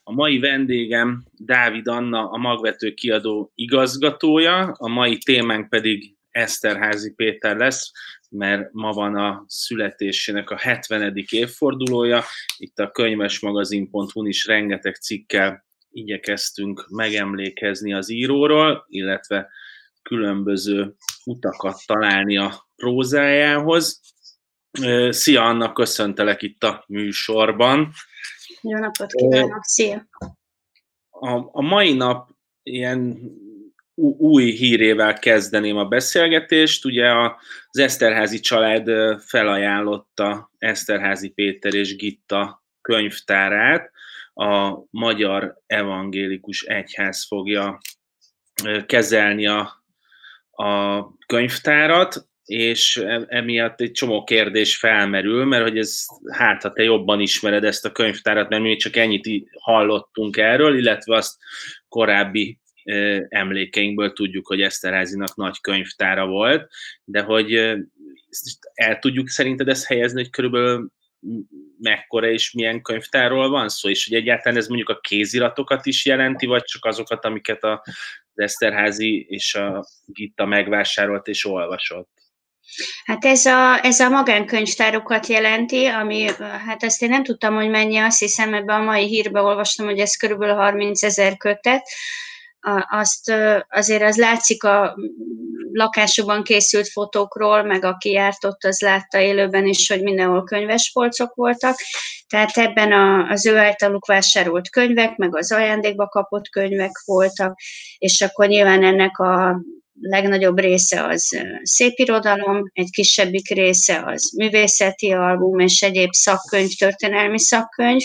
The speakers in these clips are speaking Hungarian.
A mai vendégem Dávid Anna, a Magvető Kiadó igazgatója, a mai témánk pedig Eszterházy Péter lesz, mert ma van a születésének a 70. évfordulója. Itt a könyvesmagazin.hu-n is rengeteg cikkel igyekeztünk megemlékezni az íróról, illetve különböző utakat találni a prózájához. Szia Anna, köszöntelek itt a műsorban. Jó napot kívánok, szia! A mai nap ilyen új hírével kezdeném a beszélgetést. Ugye az Eszterházy család felajánlotta Eszterházy Péter és Gitta könyvtárát. A Magyar Evangélikus Egyház fogja kezelni a könyvtárat, és emiatt egy csomó kérdés felmerül, mert hogy ha te jobban ismered ezt a könyvtárat, mert mi csak ennyit hallottunk erről, illetve azt korábbi emlékeinkből tudjuk, hogy Eszterházynak nagy könyvtára volt, de hogy el tudjuk szerinted ezt helyezni, hogy körülbelül mekkora és milyen könyvtárról van szó, és hogy egyáltalán ez mondjuk a kéziratokat is jelenti, vagy csak azokat, amiket az Eszterházy és a Gitta megvásárolt és olvasott? Hát ez a magánkönyvtárokat jelenti, ami, hát ezt én nem tudtam, hogy mennyi, azt hiszem, ebben a mai hírben olvastam, hogy ez körülbelül 30 000 kötet. Azért az látszik a lakásokban készült fotókról, meg aki járt ott, az látta élőben is, hogy mindenhol könyvespolcok voltak. Tehát ebben az ő általuk vásárolt könyvek, meg az ajándékba kapott könyvek voltak, és akkor nyilván ennek a legnagyobb része az szépirodalom, egy kisebbik része az művészeti album és egyéb szakkönyv, történelmi szakkönyv.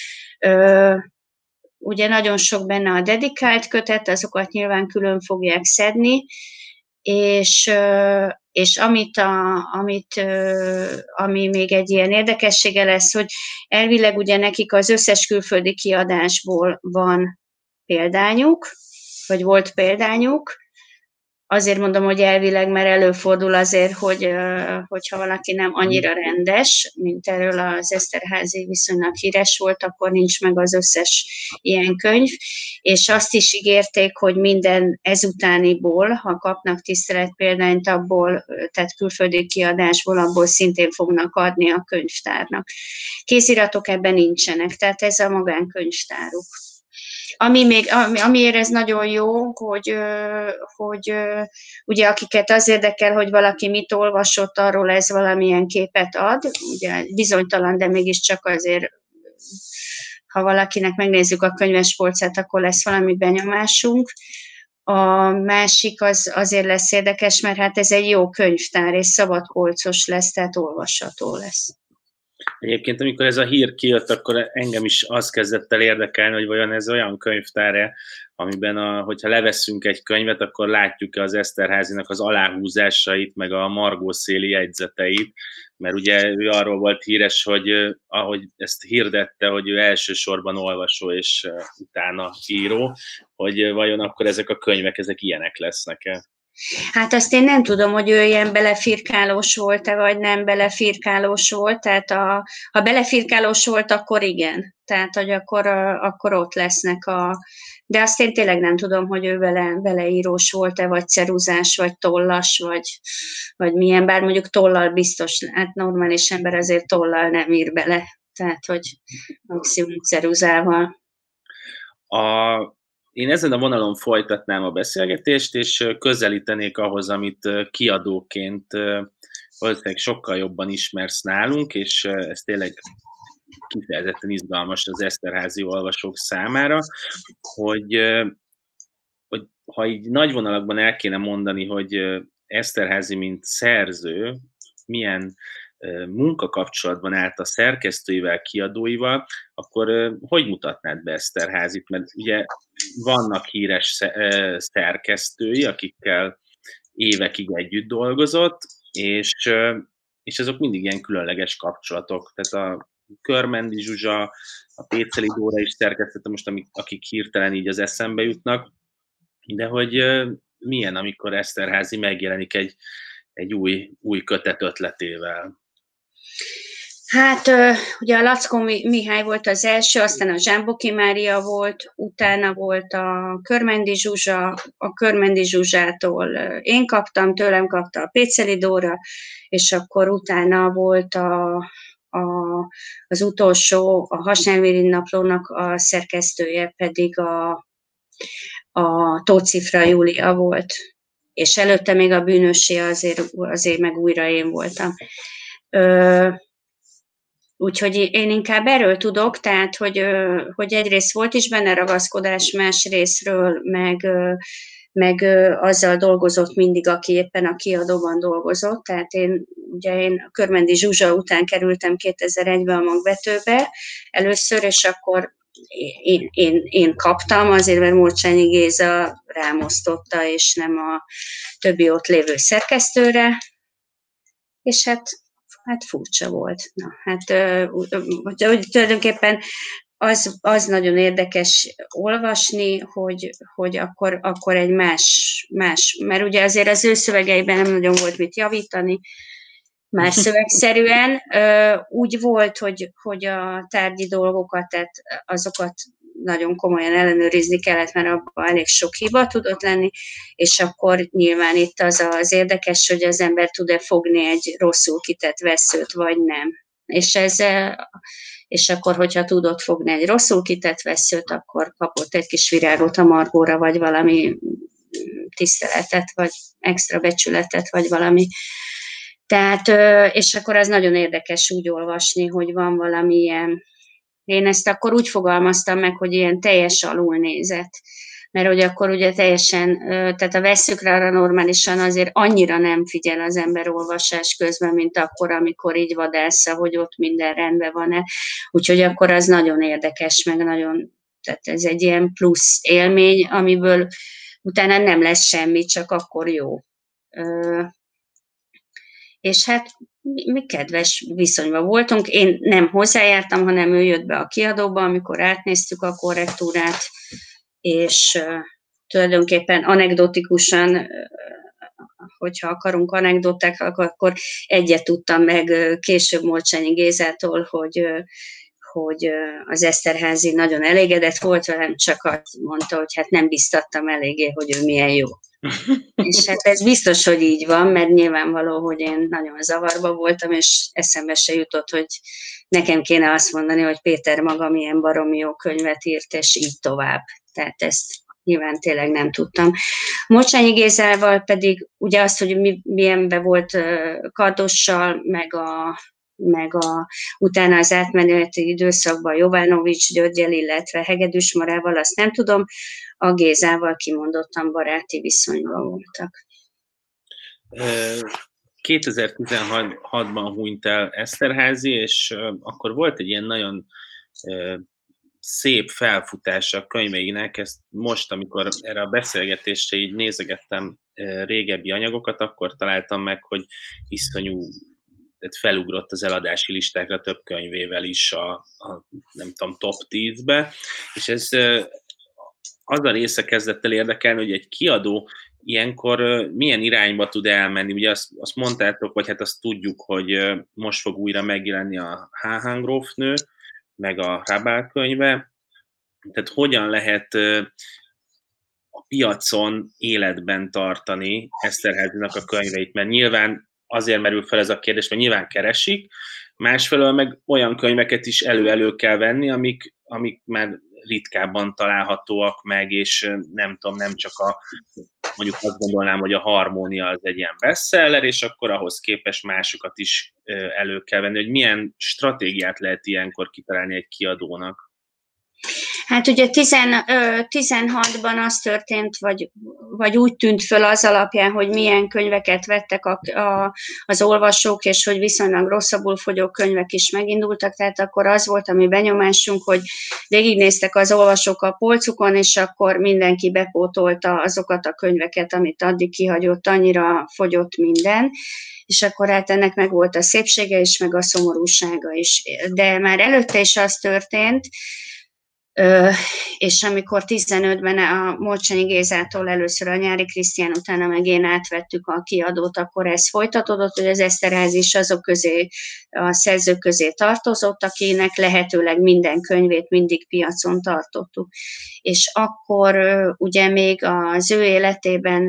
Ugye nagyon sok benne a dedikált kötet, azokat nyilván külön fogják szedni, és ami még egy ilyen érdekessége lesz, hogy elvileg ugye nekik az összes külföldi kiadásból van példányuk, vagy volt példányuk. Azért mondom, hogy elvileg, mert előfordul azért, hogyha valaki nem annyira rendes, mint erről az Eszterházy viszonylag híres volt, akkor nincs meg az összes ilyen könyv, és azt is ígérték, hogy minden ezutániból, ha kapnak tiszteletpéldányt abból, tehát külföldi kiadásból, abból szintén fognak adni a könyvtárnak. Kéziratok ebben nincsenek, tehát ez a magánkönyvtáruk. Amiért ez nagyon jó, hogy ugye akiket az érdekel, hogy valaki mit olvasott, arról ez valamilyen képet ad, ugye bizonytalan, de mégiscsak azért, ha valakinek megnézzük a könyvespolcát, akkor lesz valami benyomásunk. A másik azért lesz érdekes, mert hát ez egy jó könyvtár, és szabadpolcos lesz, tehát olvasható lesz. Egyébként, amikor ez a hír kijött, akkor engem is az kezdett el érdekelni, hogy vajon ez olyan könyvtár-e, amiben, hogyha levesszünk egy könyvet, akkor látjuk az Eszterházynak az aláhúzásait, meg a margószéli jegyzeteit, mert ugye ő arról volt híres, hogy ahogy ezt hirdette, hogy ő elsősorban olvasó és utána író, hogy vajon akkor ezek a könyvek, ezek ilyenek lesznek-e? Hát azt én nem tudom, hogy ő ilyen belefirkálós volt-e, vagy nem belefirkálós volt, tehát ha belefirkálós volt, akkor igen, tehát hogy akkor ott lesznek de azt én tényleg nem tudom, hogy ő beleírós volt-e, vagy ceruzás, vagy tollas, vagy milyen, bár mondjuk tollal biztos, hát normális ember azért tollal nem ír bele, tehát hogy maximum ceruzával. Én ezen a vonalon folytatnám a beszélgetést, és közelítenék ahhoz, amit kiadóként valószínűleg sokkal jobban ismersz nálunk, és ez tényleg kifejezetten izgalmas az Eszterházy olvasók számára, hogy ha így nagy vonalakban el kéne mondani, hogy Eszterházy, mint szerző, milyen munkakapcsolatban állt a szerkesztőivel, kiadóival, akkor hogy mutatnád be Eszterházyt? Mert ugye vannak híres szerkesztői, akikkel évekig együtt dolgozott, és azok mindig ilyen különleges kapcsolatok. Tehát a Körmendi Zsuzsa, a Péceli Dóra is szerkesztette most, akik hirtelen így az eszembe jutnak, de hogy milyen, amikor Eszterházy megjelenik egy új kötet ötletével? Hát ugye a Lackó Mihály volt az első, aztán a Zsámboki Mária volt, utána volt a Körmendi Zsuzsa, a Körmendi Zsuzsától én kaptam, tőlem kapta a Péceli Dóra, és akkor utána volt az utolsó, a Hasnyálmirigy Naplónak a szerkesztője pedig a Tóth Cifra Júlia volt, és előtte még a Bűnössé azért meg újra én voltam. Úgyhogy én inkább erről tudok, tehát, hogy egyrészt volt is benne ragaszkodás, más részről, meg azzal dolgozott mindig, aki éppen a kiadóban dolgozott. Tehát én a Körmendi Zsuzsa után kerültem 2001-ben a Magvetőbe először, és akkor én kaptam, azért mert Morcsányi Géza rám osztotta, és nem a többi ott lévő szerkesztőre, és hát furcsa volt. Na, hát tulajdonképpen az nagyon érdekes olvasni, hogy akkor egy más, mert ugye azért az ő szövegeiben nem nagyon volt mit javítani, már szövegszerűen. Úgy volt, hogy a tárgyi dolgokat, tehát azokat nagyon komolyan ellenőrizni kellett, mert abban elég sok hiba tudott lenni, és akkor nyilván itt az érdekes, hogy az ember tud-e fogni egy rosszul kitett vesszőt, vagy nem. És akkor, hogyha tudott fogni egy rosszul kitett vesszőt, akkor kapott egy kis virágot a Margóra, vagy valami tiszteletet, vagy extra becsületet, vagy valami. Tehát, és akkor az nagyon érdekes úgy olvasni, hogy van valami ilyen. Én ezt akkor úgy fogalmaztam meg, hogy ilyen teljes alulnézet, mert hogy akkor ugye teljesen, tehát a vesszükre arra normálisan azért annyira nem figyel az ember olvasás közben, mint akkor, amikor így vadásza, hogy ott minden rendben van-e. Úgyhogy akkor az nagyon érdekes, meg nagyon, tehát ez egy ilyen plusz élmény, amiből utána nem lesz semmi, csak akkor jó. És hát mi kedves viszonyban voltunk. Én nem hozzájártam, hanem ő jött be a kiadóba, amikor átnéztük a korrektúrát, és tulajdonképpen anekdotikusan, hogyha akarunk anekdotákat, akkor egyet tudtam meg később Morcsányi Gézától, hogy az Eszterházy nagyon elégedett volt velem, csak azt mondta, hogy hát nem biztattam eléggé, hogy ő milyen jó. És hát ez biztos, hogy így van, mert nyilvánvaló, hogy én nagyon zavarba voltam, és eszembe se jutott, hogy nekem kéne azt mondani, hogy Péter maga milyen baromi jó könyvet írt, és így tovább. Tehát ezt nyilván tényleg nem tudtam. Morcsányi Gézával pedig ugye azt, hogy milyenben volt Kardossal, meg utána az átmeneti időszakban Jovanovics Györgyel, illetve Hegedűs Marával, azt nem tudom, a Gézával kimondottan baráti viszonyban voltak. 2016-ban hunyt el Eszterházy, és akkor volt egy ilyen nagyon szép felfutása a könyveinek. Ezt most, amikor erre a beszélgetésre így nézegettem régebbi anyagokat, akkor találtam meg, hogy iszonyú, tehát felugrott az eladási listákra több könyvével is a nem tudom, top 10-be, és ez az a része kezdett el érdekelni, hogy egy kiadó ilyenkor milyen irányba tud elmenni. Ugye azt mondtátok, vagy hát azt tudjuk, hogy most fog újra megjelenni a Háhángrófnő, meg a Hrabál könyve. Tehát hogyan lehet a piacon életben tartani Eszterházynak a könyveit, mert nyilván azért merül fel ez a kérdés, mert nyilván keresik, másfelől meg olyan könyveket is elő kell venni, amik már ritkábban találhatóak meg, és nem tudom, nem csak mondjuk azt gondolnám, hogy a Harmónia az egy ilyen bestseller, és akkor ahhoz képest másokat is elő kell venni, hogy milyen stratégiát lehet ilyenkor kitalálni egy kiadónak. Hát ugye 16-ban az történt, vagy úgy tűnt föl az alapján, hogy milyen könyveket vettek az olvasók, és hogy viszonylag rosszabbul fogyó könyvek is megindultak, tehát akkor az volt a mi benyomásunk, hogy végignéztek az olvasók a polcukon, és akkor mindenki bepótolta azokat a könyveket, amit addig kihagyott, annyira fogyott minden, és akkor hát ennek meg volt a szépsége is, meg a szomorúsága is. De már előtte is az történt, És amikor 15-ben a Molcsányi Gézától először a Nyári Krisztián, utána meg én átvettük a kiadót, akkor ez folytatódott, hogy az Eszterházy is azok közé, a szerzők közé tartozott, akinek lehetőleg minden könyvét mindig piacon tartottuk. És akkor ugye még az ő életében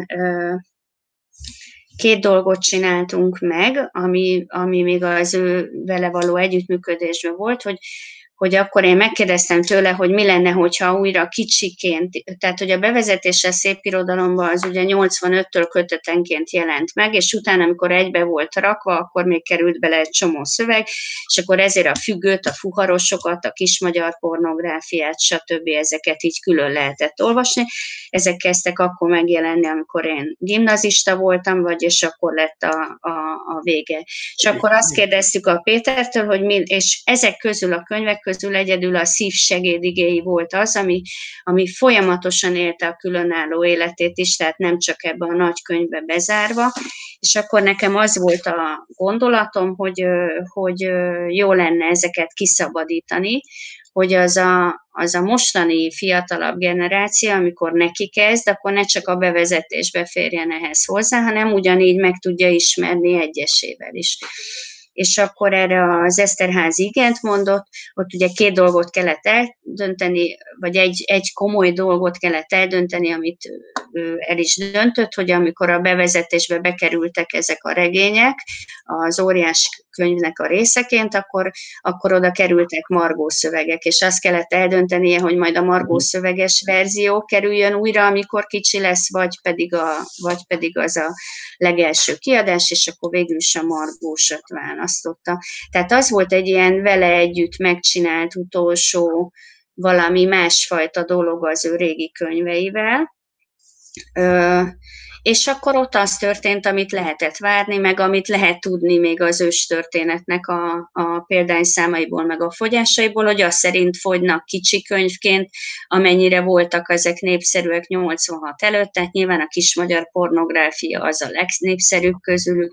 2 dolgot csináltunk meg, ami még az ő vele való együttműködésben volt, hogy akkor én megkérdeztem tőle, hogy mi lenne, hogyha újra kicsiként, tehát hogy a bevezetés a szépirodalomban az ugye 85-től kötetenként jelent meg, és utána, amikor egybe volt rakva, akkor még került bele egy csomó szöveg, és akkor ezért a Függőt, a Fuharosokat, a kismagyar pornográfiát, stb. Ezeket így külön lehetett olvasni. Ezek kezdtek akkor megjelenni, amikor én gimnazista voltam, és akkor lett a vége. És akkor azt kérdeztük a Pétertől, hogy és ezek közül a könyvek közül egyedül a Szív segédigéi volt az, ami folyamatosan élte a különálló életét is, tehát nem csak ebbe a nagy könyvbe bezárva, és akkor nekem az volt a gondolatom, hogy jó lenne ezeket kiszabadítani, hogy az a mostani fiatalabb generáció, amikor neki kezd, akkor ne csak a bevezetésbe férjen ehhez hozzá, hanem ugyanígy meg tudja ismerni egyesével is. És akkor erre az Eszterházy igent mondott, ott ugye 2 dolgot kellett eldönteni, vagy egy komoly dolgot kellett eldönteni, amit ő el is döntött, hogy amikor a bevezetésbe bekerültek ezek a regények, az óriás könyvnek a részeként, akkor oda kerültek Margó szövegek, és azt kellett eldöntenie, hogy majd a Margó szöveges verzió kerüljön újra, amikor kicsi lesz, vagy pedig az a legelső kiadás, és akkor végül is a Margósat választotta. Tehát az volt egy ilyen vele együtt megcsinált utolsó valami másfajta dolog az ő régi könyveivel, és akkor ott az történt, amit lehetett várni, meg amit lehet tudni még az őstörténetnek a példányszámaiból, meg a fogyásaiból, hogy azt szerint fogynak kicsi könyvként, amennyire voltak ezek népszerűek 86 előtt, tehát nyilván a kismagyar pornográfia az a legnépszerűbb közülük,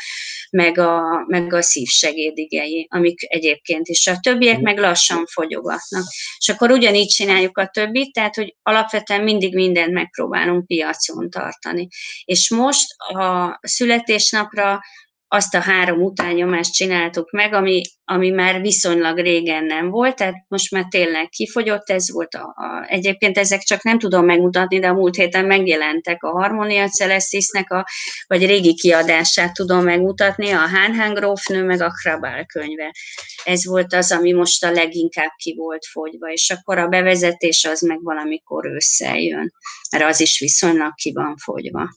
meg a Szív segédigei, amik egyébként is. A többiek meg lassan fogyogatnak. És akkor ugyanígy csináljuk a többit, tehát hogy alapvetően mindig mindent megpróbálunk piacon tartani. És most a születésnapra azt a 3 utányomást csináltuk meg, ami már viszonylag régen nem volt, tehát most már tényleg kifogyott, ez volt egyébként ezek csak nem tudom megmutatni, de a múlt héten megjelentek a Harmonia Celestisnek vagy régi kiadását tudom megmutatni, a Hán grófnő, meg a Krabál könyve. Ez volt az, ami most a leginkább ki volt fogyva, és akkor a bevezetés az meg valamikor ősszel jön, mert az is viszonylag ki van fogyva.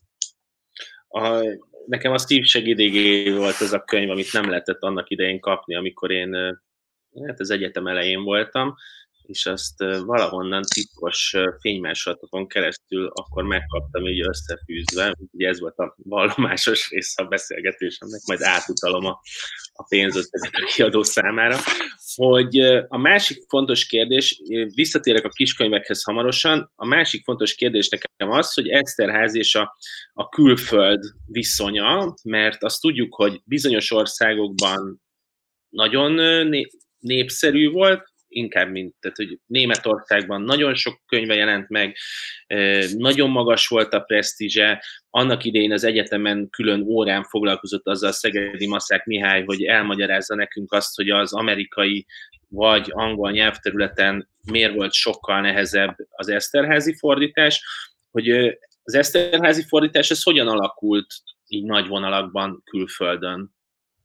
Nekem a Szív segédigéi volt az a könyv, amit nem lehetett annak idején kapni, amikor én az egyetem elején voltam, és azt valahonnan titkos fénymásolatokon keresztül akkor megkaptam így összefűzve, ugye ez volt a vallomásos része a beszélgetésemnek, majd átutalom a pénzösszeget a kiadó számára, hogy a másik fontos kérdés, visszatérek a kiskönyvekhez hamarosan, a másik fontos kérdés nekem az, hogy Eszterházy és a külföld viszonya, mert azt tudjuk, hogy bizonyos országokban nagyon népszerű volt, inkább tehát hogy Németországban nagyon sok könyve jelent meg, nagyon magas volt a presztízse, annak idején az egyetemen külön órán foglalkozott azzal a Szegedi Maszák Mihály, hogy elmagyarázza nekünk azt, hogy az amerikai vagy angol nyelvterületen miért volt sokkal nehezebb az Eszterházy fordítás, hogy az Eszterházy fordítás ez hogyan alakult így nagy vonalakban külföldön?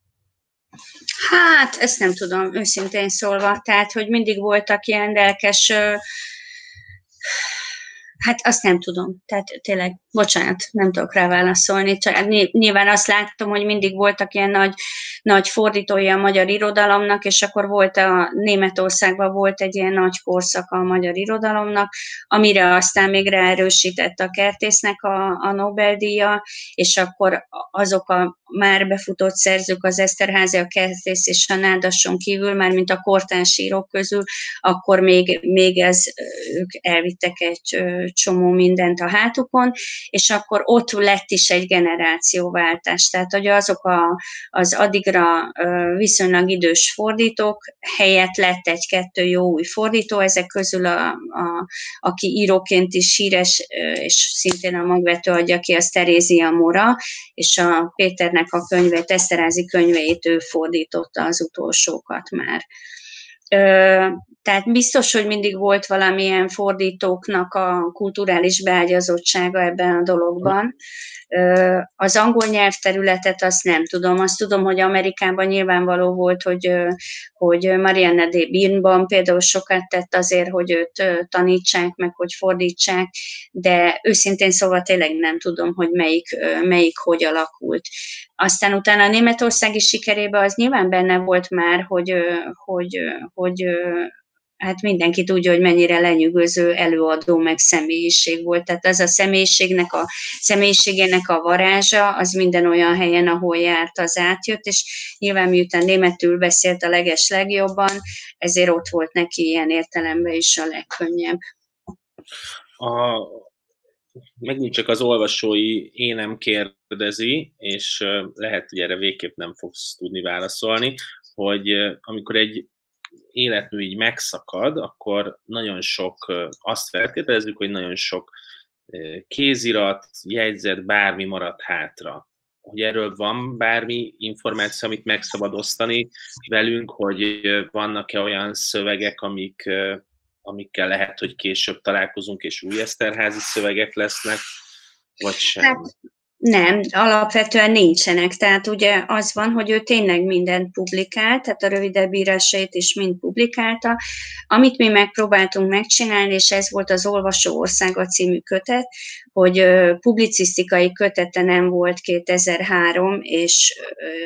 Hát, ezt nem tudom, őszintén szólva, tehát, hogy mindig voltak ilyen lelkes, hát azt nem tudom, tehát tényleg, bocsánat, nem tudok rá válaszolni, csak nyilván azt láttam, hogy mindig voltak ilyen nagy fordítói a magyar irodalomnak, és akkor volt Németországban volt egy ilyen nagy korszaka a magyar irodalomnak, amire aztán még ráerősített a Kertésznek a Nobel-díja, és akkor azok a már befutott szerzők, az Eszterházy, a Kertész és a Nádasson kívül, már mint a kortárs írók közül, akkor még ők elvittek egy csomó mindent a hátukon, és akkor ott lett is egy generációváltás. Tehát, hogy azok az addigra útra viszonylag idős fordítók helyett lett egy-kettő jó új fordító, ezek közül aki íróként is híres, és szintén a magvető adja ki, az Terézia Mora, és a Péternek a könyveit, Esterházy könyveit ő fordította az utolsókat már. Tehát biztos, hogy mindig volt valamilyen fordítóknak a kulturális beágyazottsága ebben a dologban. Az angol nyelvterületet azt nem tudom. Azt tudom, hogy Amerikában nyilvánvaló volt, hogy Marianne D. Birnbaum például sokat tett azért, hogy őt tanítsák, meg hogy fordítsák, de őszintén szóval tényleg nem tudom, hogy melyik hogy alakult. Aztán utána a németországi sikerében az nyilván benne volt már, hogy hát mindenki tudja, hogy mennyire lenyűgöző előadó meg személyiség volt. Tehát az a személyiségének a varázsa, az minden olyan helyen, ahol járt, az átjött, és nyilván miután németül beszélt a legjobban, ezért ott volt neki ilyen értelemben is a legkönnyebb. Megint csak az olvasói énem kérdezi, és lehet, hogy erre végképp nem fogsz tudni válaszolni, hogy amikor egy életmű így megszakad, akkor nagyon sok, azt feltételezzük, hogy nagyon sok kézirat, jegyzet, bármi maradt hátra. Hogy erről van bármi információ, amit meg szabad osztani velünk, hogy vannak-e olyan szövegek, amikkel lehet, hogy később találkozunk, és új Eszterházy szövegek lesznek, vagy sem? Hát, nem, alapvetően nincsenek. Tehát ugye az van, hogy ő tényleg mindent publikált, tehát a rövidebb írásait is mind publikálta. Amit mi megpróbáltunk megcsinálni, és ez volt az Olvasó Országa című kötet, hogy publicisztikai kötete nem volt 2003 és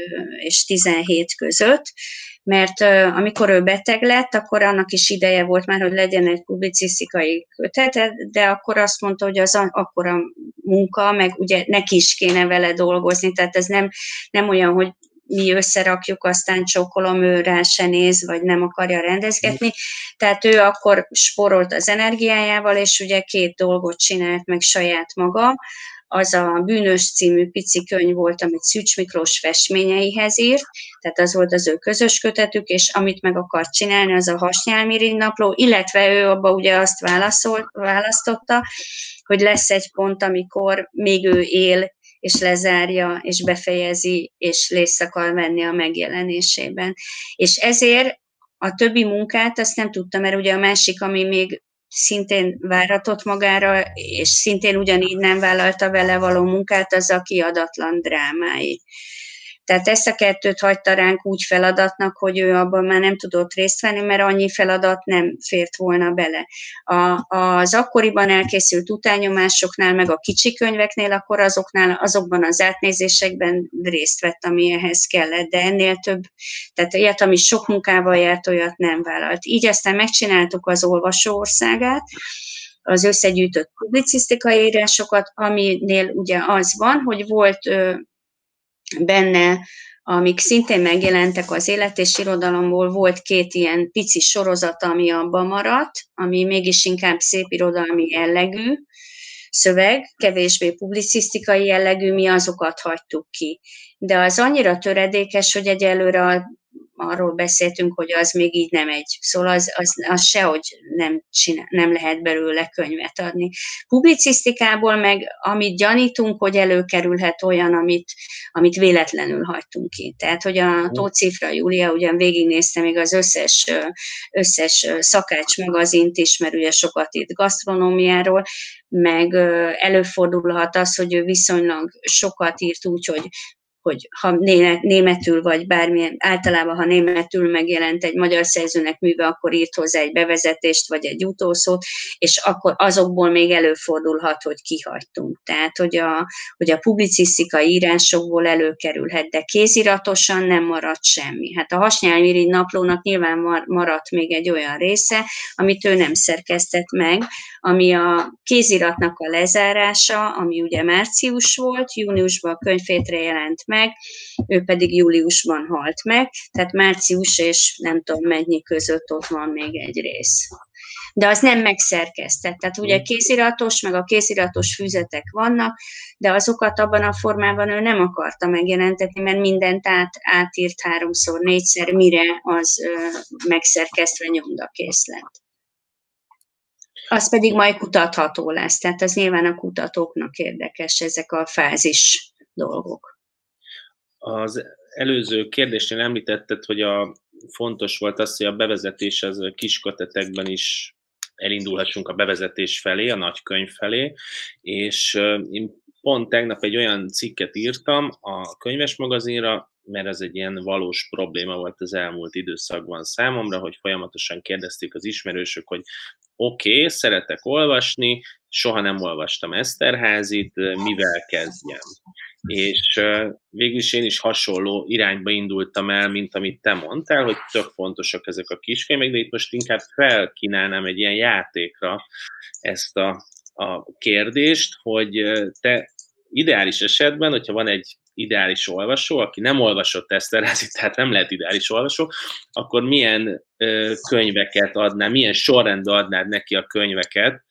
17 között, mert amikor ő beteg lett, akkor annak is ideje volt már, hogy legyen egy publicisztikai kötet, de akkor azt mondta, hogy az akkora munka, meg ugye neki is kéne vele dolgozni, tehát ez nem olyan, hogy mi összerakjuk, aztán csókolom, ő rá se néz, vagy nem akarja rendezgetni. Tehát ő akkor sporolt az energiájával, és ugye 2 dolgot csinált meg saját maga. Az a Bűnös című pici könyv volt, amit Szűcs Miklós festményeihez írt, tehát az volt az ő közös kötetük, és amit meg akart csinálni, az a Hasnyálmirigy napló, illetve ő abba ugye azt választotta, hogy lesz egy pont, amikor még ő él, és lezárja, és befejezi, és részt akar venni a megjelenésében. És ezért a többi munkát azt nem tudtam, mert ugye a másik, ami még szintén váratott magára, és szintén ugyanígy nem vállalta vele való munkát, az a Kiadatlan drámái. Tehát ezt a 2 hagyta ránk úgy feladatnak, hogy ő abban már nem tudott részt venni, mert annyi feladat nem fért volna bele. Az akkoriban elkészült utánnyomásoknál, meg a kicsi könyveknél, akkor azokban az átnézésekben részt vett, ami ehhez kellett, de ennél több, tehát ilyet, ami sok munkával járt, olyat nem vállalt. Így aztán megcsináltuk az Olvasó Országát, az összegyűjtött publicisztikai írásokat, aminél ugye az van, hogy volt benne, amik szintén megjelentek az élet és irodalomból, volt 2 ilyen pici sorozat, ami abban maradt, ami mégis inkább szépirodalmi jellegű szöveg, kevésbé publicisztikai jellegű, mi azokat hagytuk ki. De az annyira töredékes, hogy egyelőre arról beszéltünk, hogy az még így nem egy. Szóval az sehogy nem lehet belőle könyvet adni. Publicisztikából meg, amit gyanítunk, hogy előkerülhet olyan, amit véletlenül hagytunk ki. Tehát, hogy a Tóth Cifra Júlia ugyan végignézte még az összes szakács magazint is, mert ugye sokat írt gasztronómiáról, meg előfordulhat az, hogy ő viszonylag sokat írt úgy, hogy ha németül vagy bármilyen, általában ha németül megjelent egy magyar szerzőnek műve, akkor írt hozzá egy bevezetést vagy egy utószót, és akkor azokból még előfordulhat, hogy kihagytunk. Tehát, hogy a publicisztikai írásokból előkerülhet, de kéziratosan nem maradt semmi. Hát a Hasnyálmirigy naplónak nyilván maradt még egy olyan része, amit ő nem szerkesztett meg, ami a kéziratnak a lezárása, ami ugye március volt, júniusban a könyvfétre jelent meg, ő pedig júliusban halt meg, tehát március és nem tudom mennyi között ott van még egy rész. de az nem megszerkesztett. Tehát ugye kéziratos, meg a kéziratos füzetek vannak, de azokat abban a formában ő nem akarta megjelentetni, mert mindent átírt 3-szor, 4-szer, mire az megszerkesztve nyomdakészlet. Az pedig majd kutatható lesz, tehát az nyilván a kutatóknak érdekes, ezek a fázis dolgok. Az előző kérdésnél említetted, hogy fontos volt az, hogy a bevezetés az kiskötetekben is elindulhassunk a bevezetés felé, a nagykönyv felé, és én pont tegnap egy olyan cikket írtam a könyves magazinra, mert ez egy ilyen valós probléma volt az elmúlt időszakban számomra, hogy folyamatosan kérdezték az ismerősök, hogy oké, szeretek olvasni, soha nem olvastam Eszterházit, mivel kezdjem? És végülis én is hasonló irányba indultam el, mint amit te mondtál, hogy tök fontosak ezek a kiskönyvek, de itt most inkább felkínálnám egy ilyen játékra ezt a kérdést, hogy te ideális esetben, hogyha van egy ideális olvasó, aki nem olvasott Eszterházit, tehát nem lehet ideális olvasó, akkor milyen könyveket adnál, milyen sorrendben adnád neki a könyveket,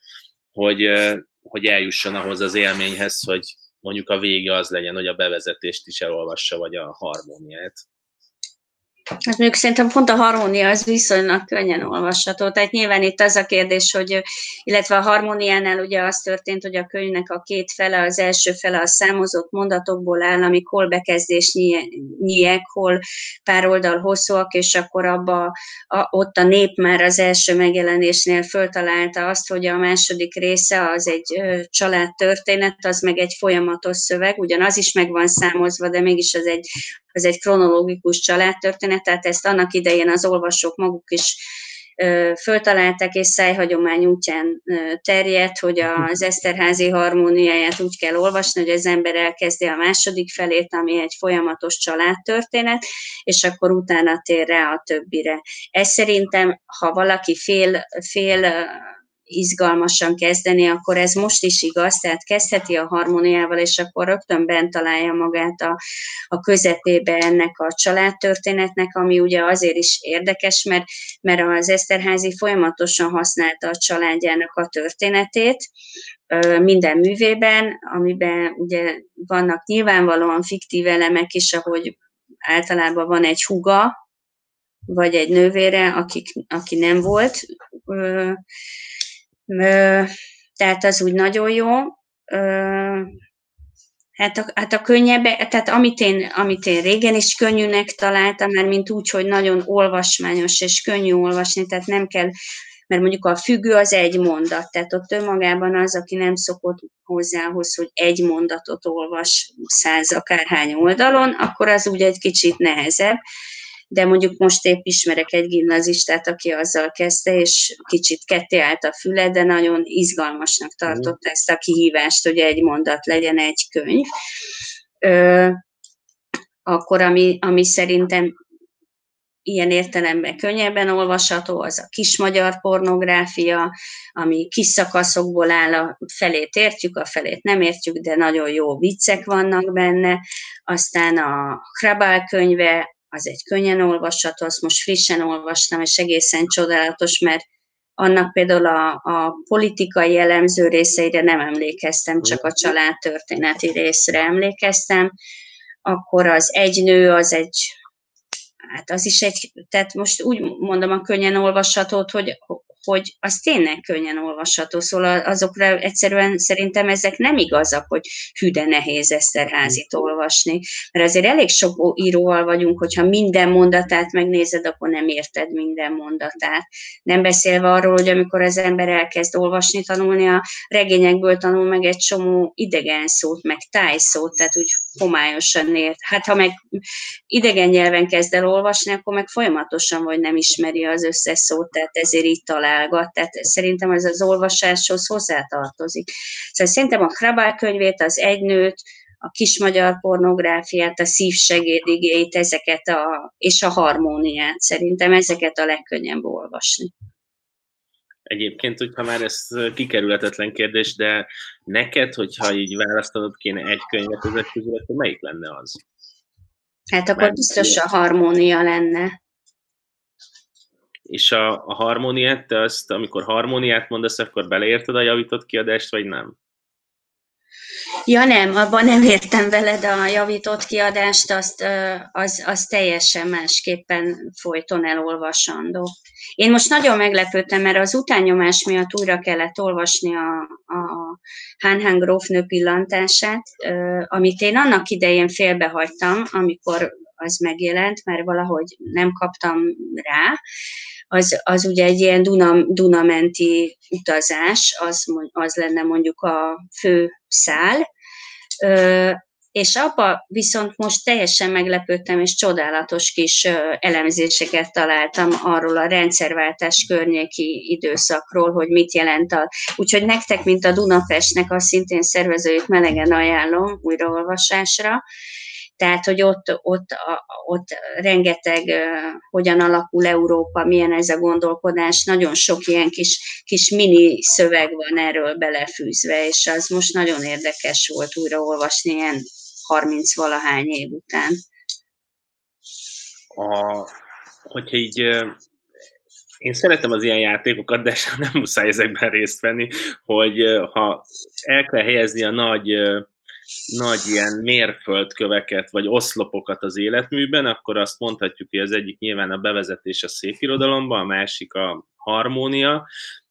hogy eljusson ahhoz az élményhez, hogy mondjuk a vége az legyen, hogy a bevezetést is elolvassa, vagy a harmóniát. Hát mondjuk szerintem pont a harmónia az viszonylag könnyen olvasható. Tehát nyilván itt az a kérdés, hogy, illetve a harmóniánál ugye az történt, hogy a könyvnek a két fele, az első fele a számozott mondatokból áll, amik hol bekezdés nyíek, hol pár oldal hosszúak, és akkor ott a nép már az első megjelenésnél föltalálta azt, hogy a második része az egy családtörténet, az meg egy folyamatos szöveg, ugyanaz is meg van számozva, de mégis az egy kronológikus családtörténet, tehát ezt annak idején az olvasók maguk is föltalálták, és szájhagyomány útján terjedt, hogy az Eszterházy harmóniáját úgy kell olvasni, hogy az ember elkezdi a második felét, ami egy folyamatos családtörténet, és akkor utána tér rá a többire. Ez szerintem, ha valaki fél izgalmasan kezdeni, akkor ez most is igaz, tehát kezdheti a harmóniával, és akkor rögtön bent találja magát a közepébe ennek a családtörténetnek, ami ugye azért is érdekes, mert az Eszterházy folyamatosan használta a családjának a történetét minden művében, amiben ugye vannak nyilvánvalóan fiktív elemek is, ahogy általában van egy húga, vagy egy nővére, aki nem volt, tehát az úgy nagyon jó. Hát a könnyebb, tehát amit én régen is könnyűnek találtam, mert mint úgy, hogy nagyon olvasmányos és könnyű olvasni, tehát nem kell, mert mondjuk a függő az egy mondat, tehát ott önmagában az, aki nem szokott hozzához, hogy egy mondatot olvas 100 akárhány oldalon, akkor az úgy egy kicsit nehezebb. De mondjuk most épp ismerek egy gimnazistát, aki azzal kezdte, és kicsit ketté állt a füle, de nagyon izgalmasnak tartotta ezt a kihívást, hogy egy mondat legyen egy könyv. Akkor, ami szerintem ilyen értelemben könnyebben olvasható, az a kis magyar pornográfia, ami kis szakaszokból áll, a felét értjük, a felét nem értjük, de nagyon jó viccek vannak benne. Aztán a Hrabal könyve, az egy könnyen olvasható, azt most frissen olvastam, és egészen csodálatos, mert annak például a politikai elemző részeire nem emlékeztem, csak a családtörténeti részre emlékeztem. Akkor az egy nő, az is egy, tehát most úgy mondom a könnyen olvashatót, hogy az tényleg könnyen olvasható, szóval azokra egyszerűen szerintem ezek nem igazak, hogy hű, de nehéz Eszterházit olvasni, mert azért elég sok íróval vagyunk, hogyha minden mondatát megnézed, akkor nem érted minden mondatát. Nem beszélve arról, hogy amikor az ember elkezd olvasni, tanulni, a regényekből tanul meg egy csomó idegen szót, meg tájszót, tehát úgy homályosan ért. Hát ha meg idegen nyelven kezd el olvasni, akkor meg folyamatosan vagy nem ismeri az összes szót, tehát ezért így találgat. Tehát szerintem ez az olvasáshoz hozzátartozik. Szóval szerintem a Hrabal könyvét, az Egynőt, a kis magyar pornográfiát, a szívsegédigét, és a harmóniát, szerintem ezeket a legkönnyebb olvasni. Egyébként, hogyha már ez kikerülhetetlen kérdés, de neked, hogyha így választanod kéne egy könyvet ezek közül, akkor melyik lenne az? Hát akkor biztos a harmónia lenne. És a harmóniát, te azt, amikor harmóniát mondasz, akkor beleérted a javított kiadást, vagy nem? Ja nem, abban nem értem veled a javított kiadást, az teljesen másképpen folyton elolvasandó. Én most nagyon meglepődtem, mert az utánnyomás miatt újra kellett olvasni a Han grófnő pillantását, amit én annak idején félbehagytam, amikor az megjelent, mert valahogy nem kaptam rá. Az ugye egy ilyen Dunamenti utazás, az lenne mondjuk a fő szál, és abba viszont most teljesen meglepődtem, és csodálatos kis elemzéseket találtam arról a rendszerváltás környéki időszakról, hogy mit jelent úgyhogy nektek, mint a Dunapestnek, a szintén szervezőjét melegen ajánlom újraolvasásra. Tehát, hogy ott rengeteg hogyan alakul Európa, milyen ez a gondolkodás, nagyon sok ilyen kis mini szöveg van erről belefűzve, és az most nagyon érdekes volt újraolvasni ilyen 30-valahány év után. Hogyha így, én szeretem az ilyen játékokat, de nem muszáj ezekben részt venni, hogy ha el kell helyezni a nagy ilyen mérföldköveket, vagy oszlopokat az életműben, akkor azt mondhatjuk, hogy az egyik nyilván a bevezetés a szépirodalomba, a másik a harmónia.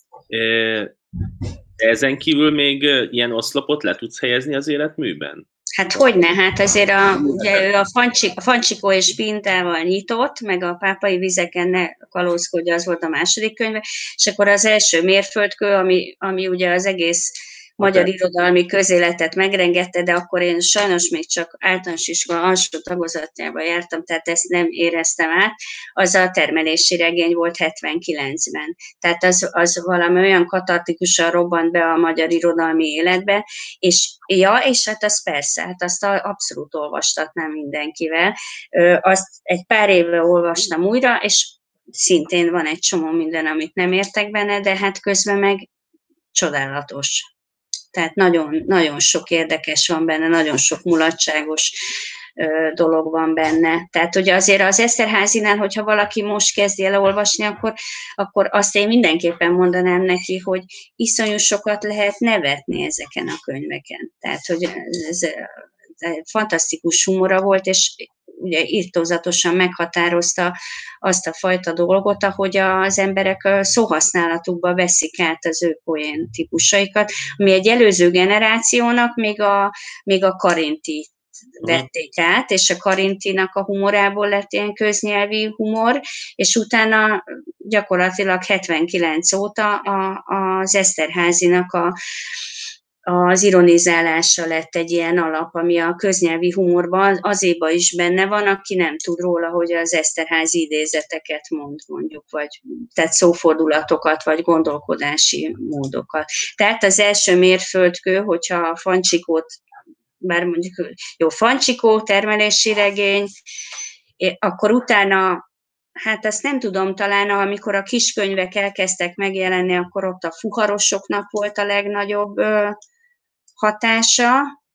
Ezen kívül még ilyen oszlopot le tudsz helyezni az életműben? Hát hogyne, hát azért ugye a Fancsikó és Pintával nyitott, meg a Pápai vizeken ne kalózkodja, az volt a második könyve, és akkor az első mérföldkő, ami ugye az egész magyar irodalmi közéletet megrengette, de akkor én sajnos még csak általános iskola alsó tagozatjában jártam, tehát ezt nem éreztem át. Az a termelési regény volt 79-ben. Tehát az valami olyan katartikusan robbant be a magyar irodalmi életbe, és hát az persze, hát azt abszolút olvastatnám mindenkivel. Azt egy pár évre olvastam újra, és szintén van egy csomó minden, amit nem értek benne, de hát közben meg csodálatos. Tehát nagyon, nagyon sok érdekes van benne, nagyon sok mulatságos dolog van benne. Tehát ugye azért az Esterházynál, hogyha valaki most kezdi el olvasni, akkor azt én mindenképpen mondanám neki, hogy iszonyú sokat lehet nevetni ezeken a könyveken. Tehát, hogy ez fantasztikus humora volt, és ugye irtózatosan meghatározta azt a fajta dolgot, ahogy az emberek szóhasználatukba veszik át az ő poén típusaikat, ami egy előző generációnak még a Karinti vették át, és a Karintinak a humorából lett ilyen köznyelvi humor, és utána gyakorlatilag 79 óta az Esterházynak az ironizálása lett egy ilyen alap, ami a köznyelvi humorban azéba is benne van, aki nem tud róla, hogy az Esterházy idézeteket mond, mondjuk, vagy tehát szófordulatokat, vagy gondolkodási módokat. Tehát az első mérföldkő, hogyha a Fancsikót, bár mondjuk jó, Fancsikó, termelési regény, akkor utána, hát azt nem tudom, talán amikor a kiskönyvek elkezdtek megjelenni, akkor ott a fuharosoknak volt a legnagyobb hatása,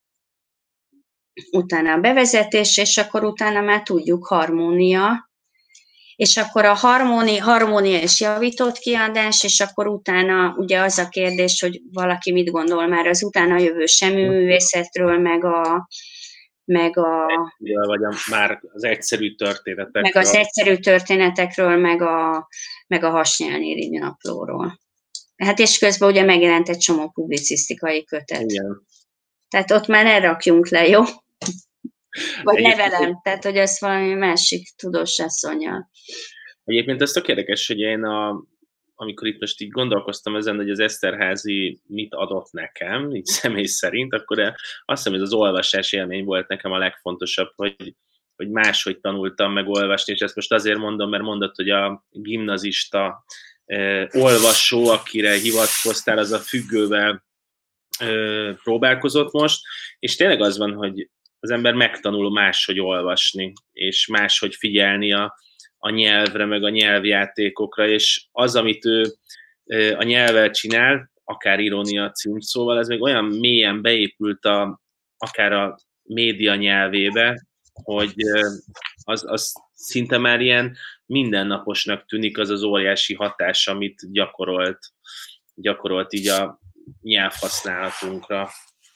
utána a bevezetés, és akkor utána már tudjuk harmónia, és akkor a harmónia és javított kiadás, és akkor utána ugye az a kérdés, hogy valaki mit gondol már az utána jövő semmi-művészetről, meg már az egyszerű történetekről. Meg az egyszerű történetekről, meg a Hasnyálnéri naplóról. Hát és közben ugye megjelent egy csomó publicisztikai kötet. Igen. Tehát ott már ne rakjunk le, jó? Vagy ne velem, tehát hogy ez valami másik tudós asszonnyal. Egyébként ez tök érdekes, hogy én amikor itt most így gondolkoztam ezen, hogy az Esterházy mit adott nekem, így személy szerint, akkor azt hiszem, hogy az olvasás élmény volt nekem a legfontosabb, hogy máshogy tanultam meg olvasni, és ezt most azért mondom, mert mondod, hogy a gimnazista olvasó, akire hivatkoztál, az a függővel próbálkozott most, és tényleg az van, hogy az ember megtanul máshogy olvasni, és máshogy figyelni a nyelvre, meg a nyelvjátékokra, és az, amit ő a nyelvvel csinál, akár irónia címszóval, ez még olyan mélyen beépült akár a média nyelvébe, hogy az szinte már ilyen mindennaposnak tűnik az az óriási hatás, amit gyakorolt így a nyelvhasználatunkra.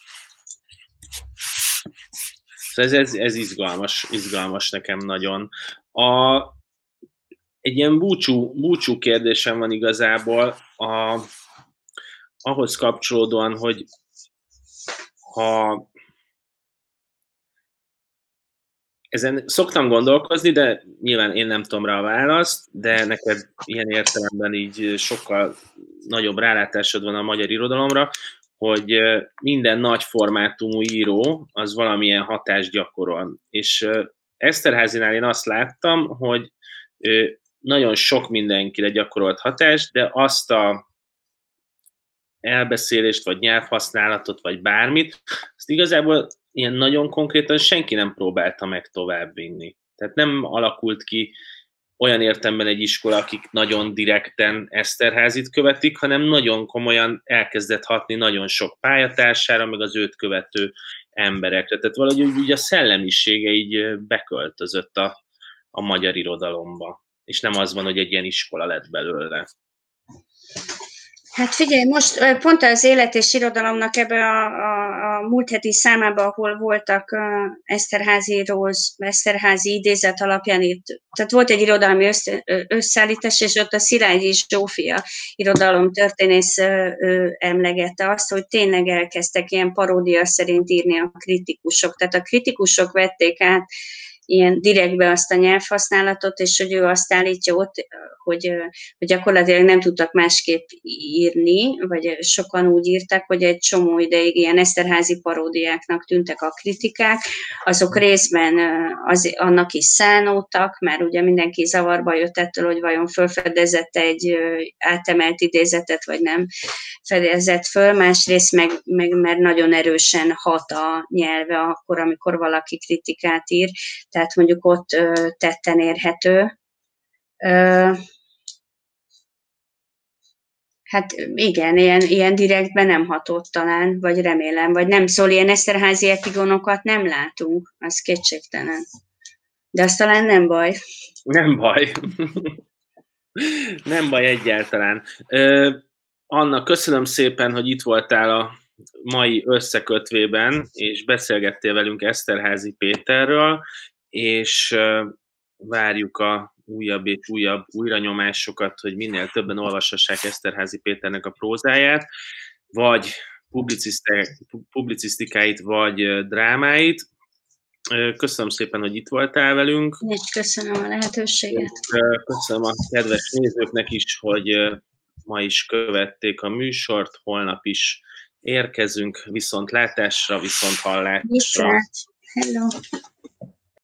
Szóval ez izgalmas nekem nagyon. Egy ilyen búcsú kérdésem van igazából, ahhoz kapcsolódóan, hogy ha ezen szoktam gondolkozni, de nyilván én nem tudom rá a választ, de neked ilyen értelemben így sokkal nagyobb rálátásod van a magyar irodalomra, hogy minden nagy formátumú író az valamilyen hatást gyakorol. És Eszterházynál én azt láttam, hogy nagyon sok mindenkire gyakorolt hatást, de azt a elbeszélést, vagy nyelvhasználatot, vagy bármit, azt igazából ilyen nagyon konkrétan senki nem próbálta meg továbbvinni. Tehát nem alakult ki olyan értelemben egy iskola, akik nagyon direkten Eszterházit követik, hanem nagyon komolyan elkezdett hatni nagyon sok pályatársára, meg az őt követő emberekre. Tehát valahogy úgy a szellemisége így beköltözött a magyar irodalomba. És nem az van, hogy egy ilyen iskola lett belőle. Hát figyelj, most pont az Élet és Irodalomnak ebbe a múlt heti számában, ahol voltak Eszterházi idézet alapján itt, tehát volt egy irodalmi összeállítás, és ott a Szilágyi Zsófia irodalomtörténész emlegette azt, hogy tényleg elkezdtek ilyen paródia szerint írni a kritikusok. Tehát a kritikusok vették át ilyen direktbe azt a nyelvhasználatot, és hogy ő azt állítja ott, hogy gyakorlatilag nem tudtak másképp írni, vagy sokan úgy írtak, hogy egy csomó ideig ilyen Eszterházi paródiáknak tűntek a kritikák, azok részben annak is szánódtak, mert ugye mindenki zavarba jött ettől, hogy vajon felfedezett egy átemelt idézetet, vagy nem fedezett föl, másrészt meg mert nagyon erősen hat a nyelve akkor, amikor valaki kritikát ír, tehát mondjuk ott tetten érhető. Hát igen, ilyen direktben nem hatott talán, vagy remélem, vagy nem szól, ilyen Eszterházi epigonokat nem látunk, az kétségtelen. De az talán nem baj. Nem baj. Nem baj egyáltalán. Anna, köszönöm szépen, hogy itt voltál a mai összekötvében, és beszélgettél velünk Eszterházy Péterről, és várjuk a újabb és újabb újranyomásokat, hogy minél többen olvashassák Eszterházy Péternek a prózáját, vagy publicisztikáit, vagy drámáit. Köszönöm szépen, hogy itt voltál velünk. Én köszönöm a lehetőséget. Köszönöm a kedves nézőknek is, hogy ma is követték a műsort, holnap is érkezünk, viszontlátásra, viszonthallásra. Hello.